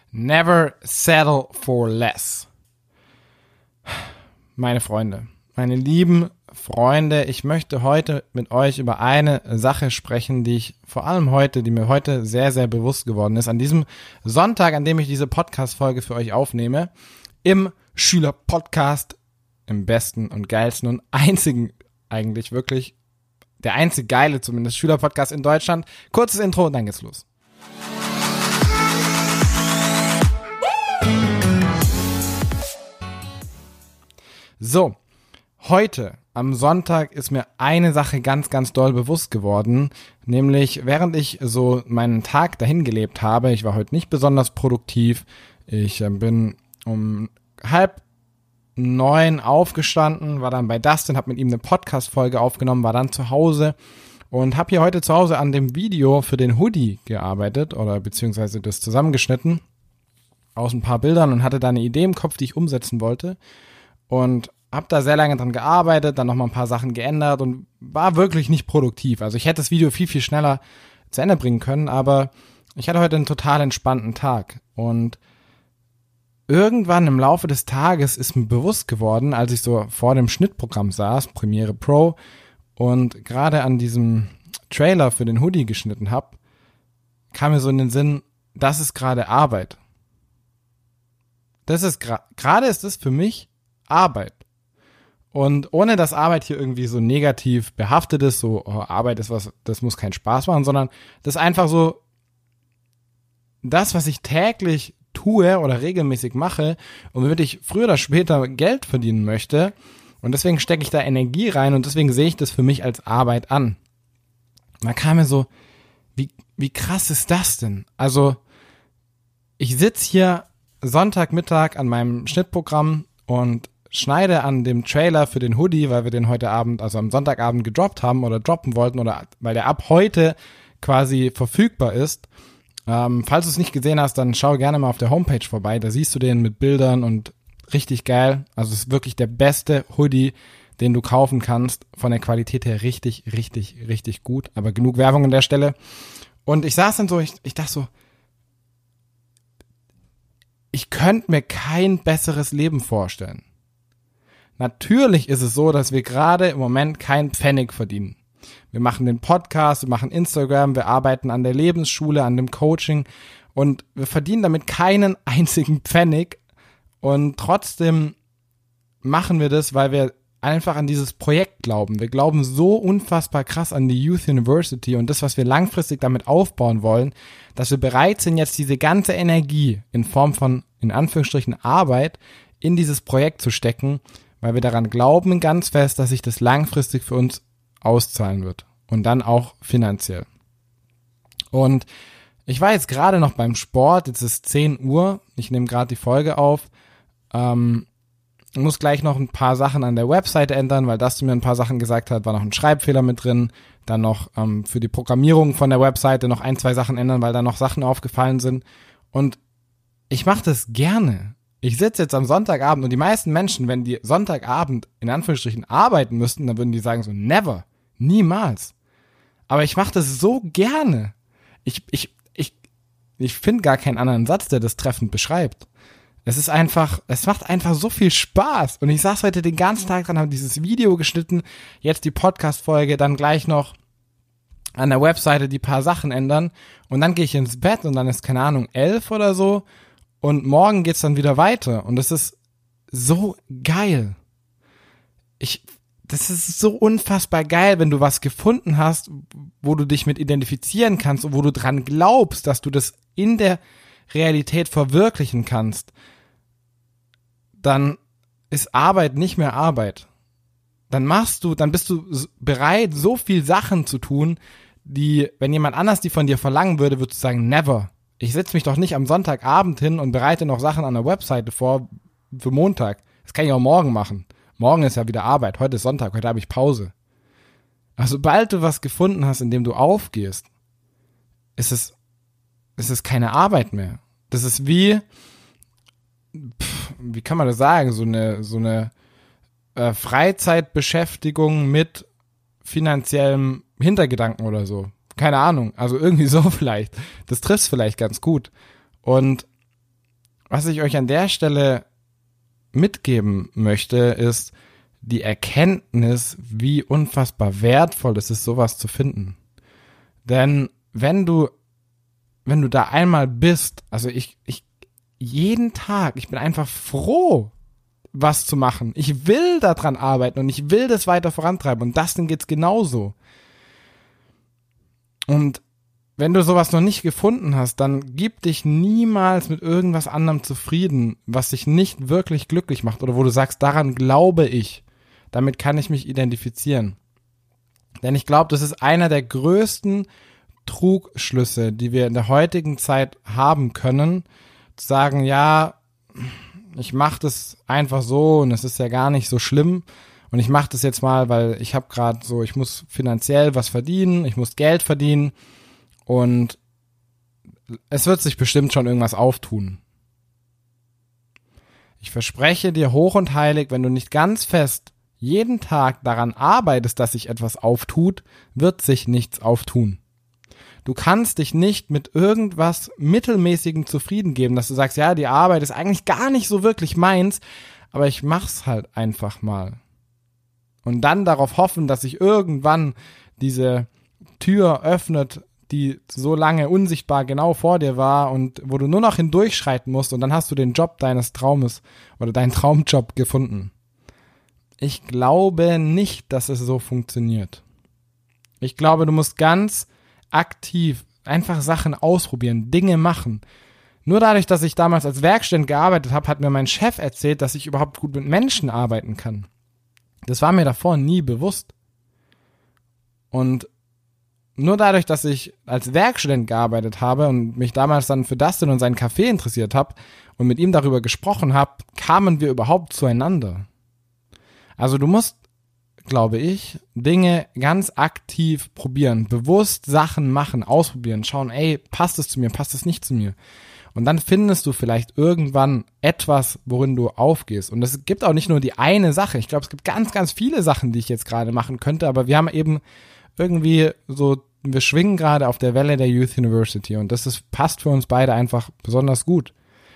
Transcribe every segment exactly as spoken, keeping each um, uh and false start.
Never settle for less. Meine Freunde, meine lieben Freunde, ich möchte heute mit euch über eine Sache sprechen, die ich vor allem heute, die mir heute sehr, sehr bewusst geworden ist. An diesem Sonntag, an dem ich diese Podcast-Folge für euch aufnehme, im Schüler-Podcast, im besten und geilsten und einzigen, eigentlich wirklich, der einzige geile zumindest Schüler-Podcast in Deutschland. Kurzes Intro und dann geht's los. So, heute am Sonntag ist mir eine Sache ganz, ganz doll bewusst geworden, nämlich während ich so meinen Tag dahin gelebt habe, ich war heute nicht besonders produktiv, ich bin um halb neun aufgestanden, war dann bei Dustin, habe mit ihm eine Podcast-Folge aufgenommen, war dann zu Hause und habe hier heute zu Hause an dem Video für den Hoodie gearbeitet oder beziehungsweise das zusammengeschnitten aus ein paar Bildern und hatte da eine Idee im Kopf, die ich umsetzen wollte. Und habe da sehr lange dran gearbeitet, dann nochmal ein paar Sachen geändert und war wirklich nicht produktiv. Also ich hätte das Video viel, viel schneller zu Ende bringen können, aber ich hatte heute einen total entspannten Tag. Und irgendwann im Laufe des Tages ist mir bewusst geworden, als ich so vor dem Schnittprogramm saß, Premiere Pro, und gerade an diesem Trailer für den Hoodie geschnitten habe, kam mir so in den Sinn, das ist gerade Arbeit. Das ist gerade, gerade ist es für mich Arbeit. Und ohne dass Arbeit hier irgendwie so negativ behaftet ist, so oh, Arbeit ist was, das muss keinen Spaß machen, sondern das ist einfach so das, was ich täglich tue oder regelmäßig mache und womit ich früher oder später Geld verdienen möchte. Und deswegen stecke ich da Energie rein und deswegen sehe ich das für mich als Arbeit an. Und da kam mir so, wie, wie krass ist das denn? Also ich sitze hier Sonntagmittag an meinem Schnittprogramm und schneide an dem Trailer für den Hoodie, weil wir den heute Abend, also am Sonntagabend gedroppt haben oder droppen wollten oder weil der ab heute quasi verfügbar ist. Ähm, falls du es nicht gesehen hast, dann schau gerne mal auf der Homepage vorbei, da siehst du den mit Bildern und richtig geil. Also es ist wirklich der beste Hoodie, den du kaufen kannst, von der Qualität her richtig, richtig, richtig gut, aber genug Werbung an der Stelle. Und ich saß dann so, ich, ich dachte so, ich könnte mir kein besseres Leben vorstellen. Natürlich ist es so, dass wir gerade im Moment keinen Pfennig verdienen. Wir machen den Podcast, wir machen Instagram, wir arbeiten an der Lebensschule, an dem Coaching und wir verdienen damit keinen einzigen Pfennig und trotzdem machen wir das, weil wir einfach an dieses Projekt glauben. Wir glauben so unfassbar krass an die Youth University und das, was wir langfristig damit aufbauen wollen, dass wir bereit sind, jetzt diese ganze Energie in Form von, in Anführungsstrichen, Arbeit in dieses Projekt zu stecken, weil wir daran glauben ganz fest, dass sich das langfristig für uns auszahlen wird und dann auch finanziell. Und ich war jetzt gerade noch beim Sport, jetzt ist zehn Uhr, ich nehme gerade die Folge auf, ähm, muss gleich noch ein paar Sachen an der Webseite ändern, weil Dustin mir ein paar Sachen gesagt hat, war noch ein Schreibfehler mit drin, dann noch ähm, für die Programmierung von der Webseite noch ein, zwei Sachen ändern, weil da noch Sachen aufgefallen sind und ich mache das gerne. Ich sitze jetzt am Sonntagabend und die meisten Menschen, wenn die Sonntagabend in Anführungsstrichen arbeiten müssten, dann würden die sagen so, never, niemals. Aber ich mache das so gerne. Ich, ich, ich, ich finde gar keinen anderen Satz, der das treffend beschreibt. Es ist einfach, es macht einfach so viel Spaß. Und ich saß heute den ganzen Tag dran, habe dieses Video geschnitten, jetzt die Podcast-Folge, dann gleich noch an der Webseite die paar Sachen ändern und dann gehe ich ins Bett und dann ist, keine Ahnung, elf oder so. Und morgen geht's dann wieder weiter. Und das ist so geil. Ich, das ist so unfassbar geil, wenn du was gefunden hast, wo du dich mit identifizieren kannst und wo du dran glaubst, dass du das in der Realität verwirklichen kannst. Dann ist Arbeit nicht mehr Arbeit. Dann machst du, dann bist du bereit, so viel Sachen zu tun, die, wenn jemand anders die von dir verlangen würde, würdest du sagen, never. Ich setze mich doch nicht am Sonntagabend hin und bereite noch Sachen an der Webseite vor für Montag. Das kann ich auch morgen machen. Morgen ist ja wieder Arbeit. Heute ist Sonntag, heute habe ich Pause. Aber sobald du was gefunden hast, in dem du aufgehst, ist es, ist es keine Arbeit mehr. Das ist wie, pff, wie kann man das sagen, so eine, so eine äh, Freizeitbeschäftigung mit finanziellem Hintergedanken oder so. Keine Ahnung, also irgendwie so vielleicht. Das trifft's vielleicht ganz gut. Und was ich euch an der Stelle mitgeben möchte, ist die Erkenntnis, wie unfassbar wertvoll es ist, sowas zu finden. Denn wenn du, wenn du da einmal bist, also ich, ich, jeden Tag, ich bin einfach froh, was zu machen. Ich will daran arbeiten und ich will das weiter vorantreiben und das, dann geht's genauso. Und wenn du sowas noch nicht gefunden hast, dann gib dich niemals mit irgendwas anderem zufrieden, was dich nicht wirklich glücklich macht oder wo du sagst, daran glaube ich, damit kann ich mich identifizieren. Denn ich glaube, das ist einer der größten Trugschlüsse, die wir in der heutigen Zeit haben können, zu sagen, ja, ich mache das einfach so und es ist ja gar nicht so schlimm und ich mache das jetzt mal, weil ich habe gerade so, ich muss finanziell was verdienen, ich muss Geld verdienen und es wird sich bestimmt schon irgendwas auftun. Ich verspreche dir hoch und heilig, wenn du nicht ganz fest jeden Tag daran arbeitest, dass sich etwas auftut, wird sich nichts auftun. Du kannst dich nicht mit irgendwas Mittelmäßigem zufrieden geben, dass du sagst, ja, die Arbeit ist eigentlich gar nicht so wirklich meins, aber ich mach's halt einfach mal. Und dann darauf hoffen, dass sich irgendwann diese Tür öffnet, die so lange unsichtbar genau vor dir war und wo du nur noch hindurchschreiten musst und dann hast du den Job deines Traumes oder deinen Traumjob gefunden. Ich glaube nicht, dass es so funktioniert. Ich glaube, du musst ganz aktiv einfach Sachen ausprobieren, Dinge machen. Nur dadurch, dass ich damals als Werkstudent gearbeitet habe, hat mir mein Chef erzählt, dass ich überhaupt gut mit Menschen arbeiten kann. Das war mir davor nie bewusst. Und nur dadurch, dass ich als Werkstudent gearbeitet habe und mich damals dann für Dustin und seinen Café interessiert habe und mit ihm darüber gesprochen habe, kamen wir überhaupt zueinander. Also du musst, glaube ich, Dinge ganz aktiv probieren, bewusst Sachen machen, ausprobieren, schauen, ey, passt es zu mir, passt es nicht zu mir. Und dann findest du vielleicht irgendwann etwas, worin du aufgehst. Und es gibt auch nicht nur die eine Sache. Ich glaube, es gibt ganz, ganz viele Sachen, die ich jetzt gerade machen könnte, aber wir haben eben irgendwie so, wir schwingen gerade auf der Welle der Youth University und das ist, passt für uns beide einfach besonders gut.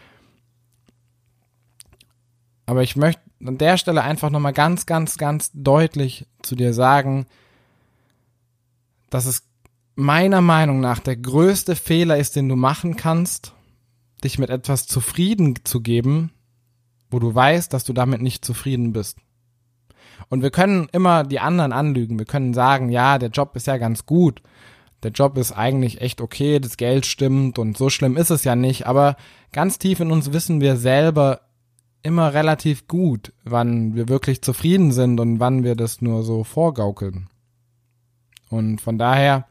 Aber ich möchte an der Stelle einfach nochmal ganz, ganz, ganz deutlich zu dir sagen, dass es meiner Meinung nach der größte Fehler ist, den du machen kannst, dich mit etwas zufrieden zu geben, wo du weißt, dass du damit nicht zufrieden bist. Und wir können immer die anderen anlügen. Wir können sagen, ja, der Job ist ja ganz gut. Der Job ist eigentlich echt okay, das Geld stimmt und so schlimm ist es ja nicht. Aber ganz tief in uns wissen wir selber immer relativ gut, wann wir wirklich zufrieden sind und wann wir das nur so vorgaukeln. Und von daher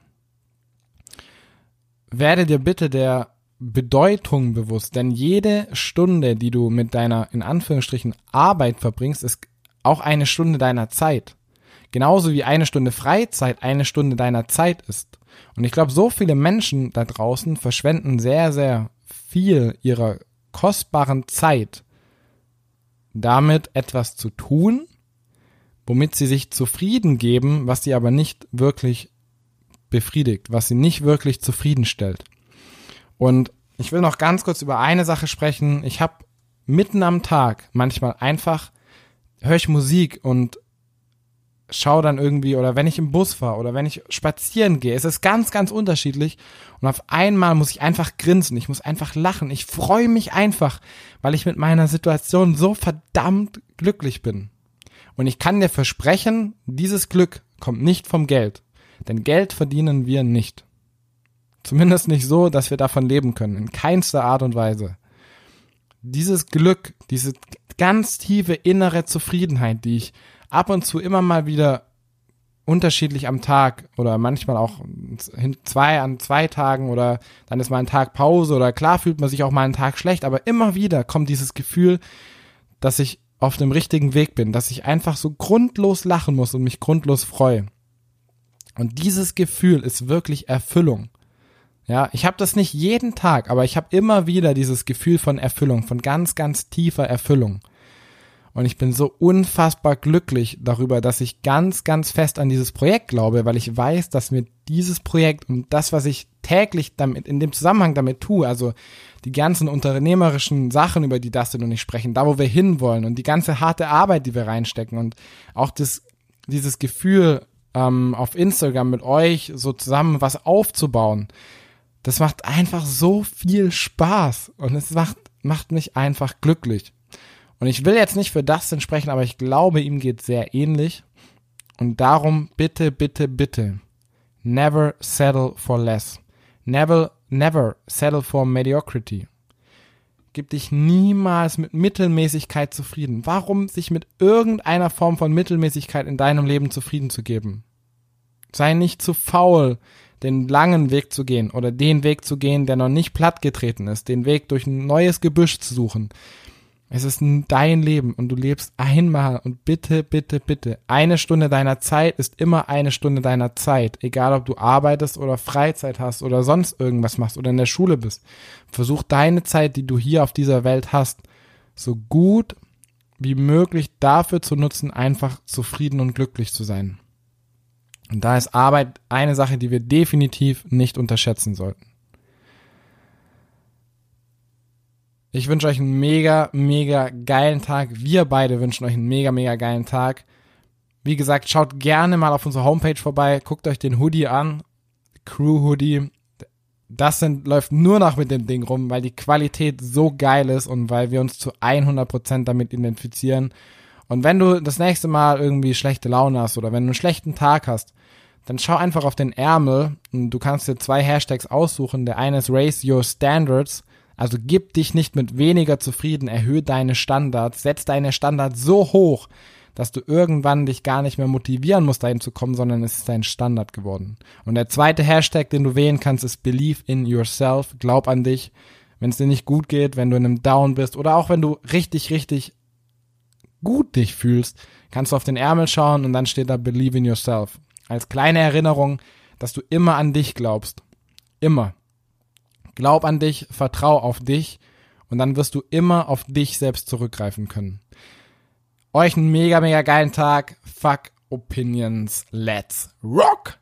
werde dir bitte der Bedeutung bewusst, denn jede Stunde, die du mit deiner, in Anführungsstrichen, Arbeit verbringst, ist auch eine Stunde deiner Zeit. Genauso wie eine Stunde Freizeit eine Stunde deiner Zeit ist. Und ich glaube, so viele Menschen da draußen verschwenden sehr, sehr viel ihrer kostbaren Zeit damit etwas zu tun, womit sie sich zufrieden geben, was sie aber nicht wirklich befriedigt, was sie nicht wirklich zufriedenstellt. Und ich will noch ganz kurz über eine Sache sprechen. Ich habe mitten am Tag manchmal einfach, höre ich Musik und schaue dann irgendwie, oder wenn ich im Bus fahre oder wenn ich spazieren gehe, es ist ganz, ganz unterschiedlich und auf einmal muss ich einfach grinsen, ich muss einfach lachen, ich freue mich einfach, weil ich mit meiner Situation so verdammt glücklich bin. Und ich kann dir versprechen, dieses Glück kommt nicht vom Geld, denn Geld verdienen wir nicht. Zumindest nicht so, dass wir davon leben können, in keinster Art und Weise. Dieses Glück, diese ganz tiefe innere Zufriedenheit, die ich ab und zu immer mal wieder unterschiedlich am Tag oder manchmal auch zwei an zwei Tagen oder dann ist mal ein Tag Pause oder klar fühlt man sich auch mal einen Tag schlecht, aber immer wieder kommt dieses Gefühl, dass ich auf dem richtigen Weg bin, dass ich einfach so grundlos lachen muss und mich grundlos freue. Und dieses Gefühl ist wirklich Erfüllung. Ja, ich habe das nicht jeden Tag, aber ich habe immer wieder dieses Gefühl von Erfüllung, von ganz, ganz tiefer Erfüllung. Und ich bin so unfassbar glücklich darüber, dass ich ganz, ganz fest an dieses Projekt glaube, weil ich weiß, dass mir dieses Projekt und das, was ich täglich damit, in dem Zusammenhang damit tue, also die ganzen unternehmerischen Sachen, über die Dustin und ich sprechen, da wo wir hinwollen und die ganze harte Arbeit, die wir reinstecken und auch das, dieses Gefühl, ähm, auf Instagram mit euch so zusammen was aufzubauen, das macht einfach so viel Spaß und es macht, macht mich einfach glücklich. Und ich will jetzt nicht für Dustin sprechen, aber ich glaube, ihm geht sehr ähnlich. Und darum bitte, bitte, bitte, never settle for less. Never, never settle for mediocrity. Gib dich niemals mit Mittelmäßigkeit zufrieden. Warum sich mit irgendeiner Form von Mittelmäßigkeit in deinem Leben zufrieden zu geben? Sei nicht zu faul, den langen Weg zu gehen oder den Weg zu gehen, der noch nicht plattgetreten ist, den Weg durch ein neues Gebüsch zu suchen. Es ist dein Leben und du lebst einmal und bitte, bitte, bitte, eine Stunde deiner Zeit ist immer eine Stunde deiner Zeit, egal ob du arbeitest oder Freizeit hast oder sonst irgendwas machst oder in der Schule bist. Versuch deine Zeit, die du hier auf dieser Welt hast, so gut wie möglich dafür zu nutzen, einfach zufrieden und glücklich zu sein. Und da ist Arbeit eine Sache, die wir definitiv nicht unterschätzen sollten. Ich wünsche euch einen mega, mega geilen Tag. Wir beide wünschen euch einen mega, mega geilen Tag. Wie gesagt, schaut gerne mal auf unserer Homepage vorbei. Guckt euch den Hoodie an. Crew Hoodie. Das sind, läuft nur noch mit dem Ding rum, weil die Qualität so geil ist und weil wir uns zu hundert Prozent damit identifizieren. Und wenn du das nächste Mal irgendwie schlechte Laune hast oder wenn du einen schlechten Tag hast, dann schau einfach auf den Ärmel und du kannst dir zwei Hashtags aussuchen. Der eine ist Raise Your Standards. Also gib dich nicht mit weniger zufrieden, erhöhe deine Standards, setz deine Standards so hoch, dass du irgendwann dich gar nicht mehr motivieren musst, dahin zu kommen, sondern es ist dein Standard geworden. Und der zweite Hashtag, den du wählen kannst, ist Believe in yourself, glaub an dich, wenn es dir nicht gut geht, wenn du in einem Down bist oder auch wenn du richtig, richtig gut dich fühlst, kannst du auf den Ärmel schauen und dann steht da Believe in yourself. Als kleine Erinnerung, dass du immer an dich glaubst. Immer. Glaub an dich, vertrau auf dich und dann wirst du immer auf dich selbst zurückgreifen können. Euch einen mega, mega geilen Tag. Fuck Opinions. Let's rock!